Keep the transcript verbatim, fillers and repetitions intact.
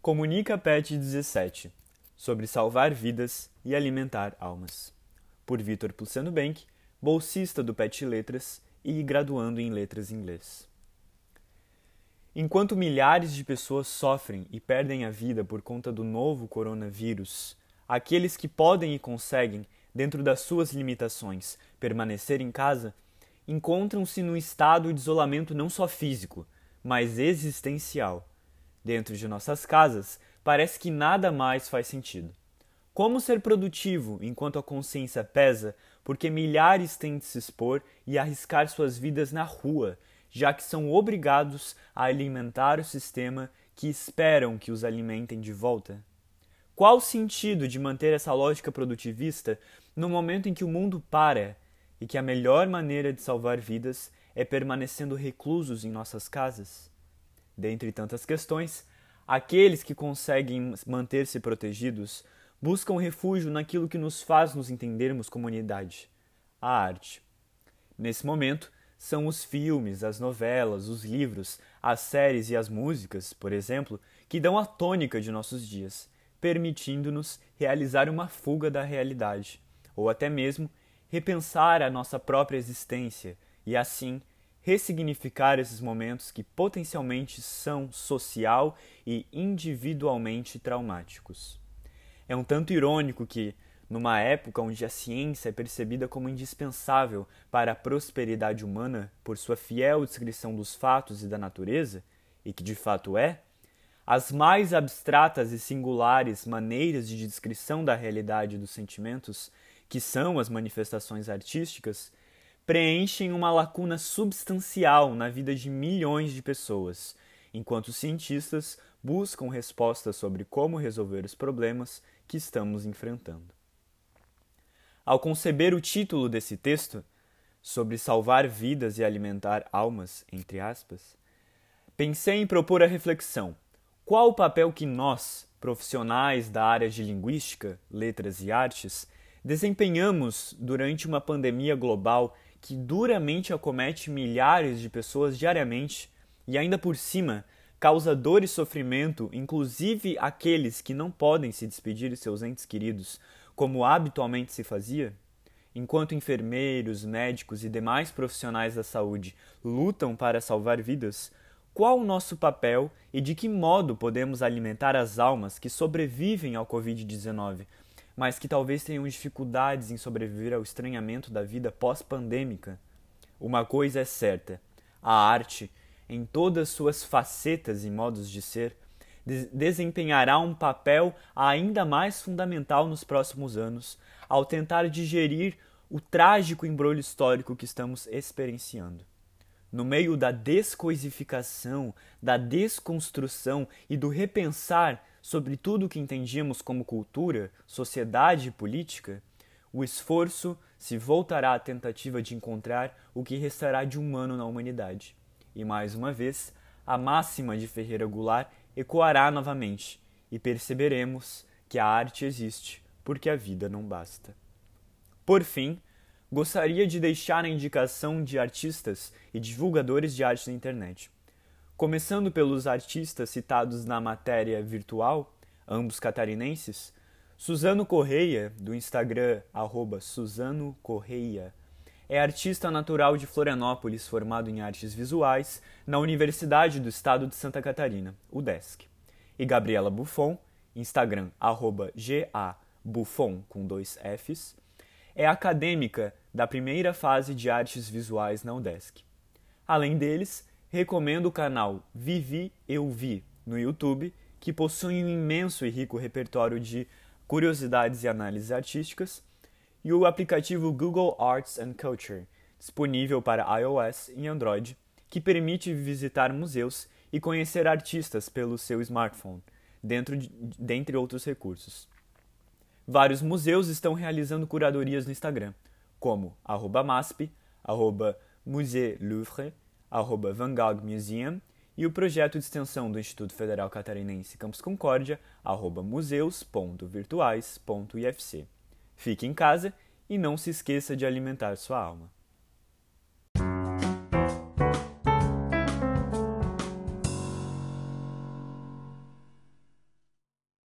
Comunica Pet dezessete, sobre salvar vidas e alimentar almas. Por Vitor Puceno Benck, bolsista do Pet Letras e graduando em Letras Inglês. Enquanto milhares de pessoas sofrem e perdem a vida por conta do novo coronavírus, aqueles que podem e conseguem, dentro das suas limitações, permanecer em casa, encontram-se num estado de isolamento não só físico, mas existencial. Dentro de nossas casas, parece que nada mais faz sentido. Como ser produtivo enquanto a consciência pesa, porque milhares têm de se expor e arriscar suas vidas na rua, já que são obrigados a alimentar o sistema que esperam que os alimentem de volta? Qual o sentido de manter essa lógica produtivista no momento em que o mundo para e que a melhor maneira de salvar vidas é permanecendo reclusos em nossas casas? Dentre tantas questões, aqueles que conseguem manter-se protegidos buscam refúgio naquilo que nos faz nos entendermos como unidade, a arte. Nesse momento, são os filmes, as novelas, os livros, as séries e as músicas, por exemplo, que dão a tônica de nossos dias, permitindo-nos realizar uma fuga da realidade, ou até mesmo repensar a nossa própria existência e, assim, ressignificar esses momentos que potencialmente são social e individualmente traumáticos. É um tanto irônico que, numa época onde a ciência é percebida como indispensável para a prosperidade humana por sua fiel descrição dos fatos e da natureza, e que de fato é, as mais abstratas e singulares maneiras de descrição da realidade e dos sentimentos, que são as manifestações artísticas, preenchem uma lacuna substancial na vida de milhões de pessoas, enquanto os cientistas buscam respostas sobre como resolver os problemas que estamos enfrentando. Ao conceber o título desse texto, sobre salvar vidas e alimentar almas, entre aspas, pensei em propor a reflexão: qual o papel que nós, profissionais da área de linguística, letras e artes, desempenhamos durante uma pandemia global que duramente acomete milhares de pessoas diariamente e, ainda por cima, causa dor e sofrimento, inclusive aqueles que não podem se despedir de seus entes queridos, como habitualmente se fazia? Enquanto enfermeiros, médicos e demais profissionais da saúde lutam para salvar vidas, qual o nosso papel e de que modo podemos alimentar as almas que sobrevivem ao covid dezenove, mas que talvez tenham dificuldades em sobreviver ao estranhamento da vida pós-pandêmica? Uma coisa é certa: a arte, em todas suas facetas e modos de ser, des- desempenhará um papel ainda mais fundamental nos próximos anos, ao tentar digerir o trágico embrulho histórico que estamos experienciando. No meio da descoisificação, da desconstrução e do repensar sobre tudo o que entendíamos como cultura, sociedade e política, o esforço se voltará à tentativa de encontrar o que restará de humano na humanidade. E mais uma vez, a máxima de Ferreira Goulart ecoará novamente, e perceberemos que a arte existe porque a vida não basta. Por fim, gostaria de deixar a indicação de artistas e divulgadores de arte na internet. Começando pelos artistas citados na matéria virtual, ambos catarinenses, Suzano Correia, do Instagram arroba Suzano Correia, é artista natural de Florianópolis, formado em artes visuais na Universidade do Estado de Santa Catarina, UDESC. E Gabriela Buffon, Instagram arroba G-A-Buffon com dois Fs, é acadêmica da primeira fase de artes visuais na UDESC. Além deles, recomendo o canal Vivi Eu Vi no YouTube, que possui um imenso e rico repertório de curiosidades e análises artísticas, e o aplicativo Google Arts and Culture, disponível para iOS e Android, que permite visitar museus e conhecer artistas pelo seu smartphone, dentro de, dentre outros recursos. Vários museus estão realizando curadorias no Instagram, como arroba masp, arroba Musée Louvre, arroba Van Gogh Museum, e o projeto de extensão do Instituto Federal Catarinense Campus Concórdia, arroba museus ponto virtuais ponto I F C. Fique em casa e não se esqueça de alimentar sua alma.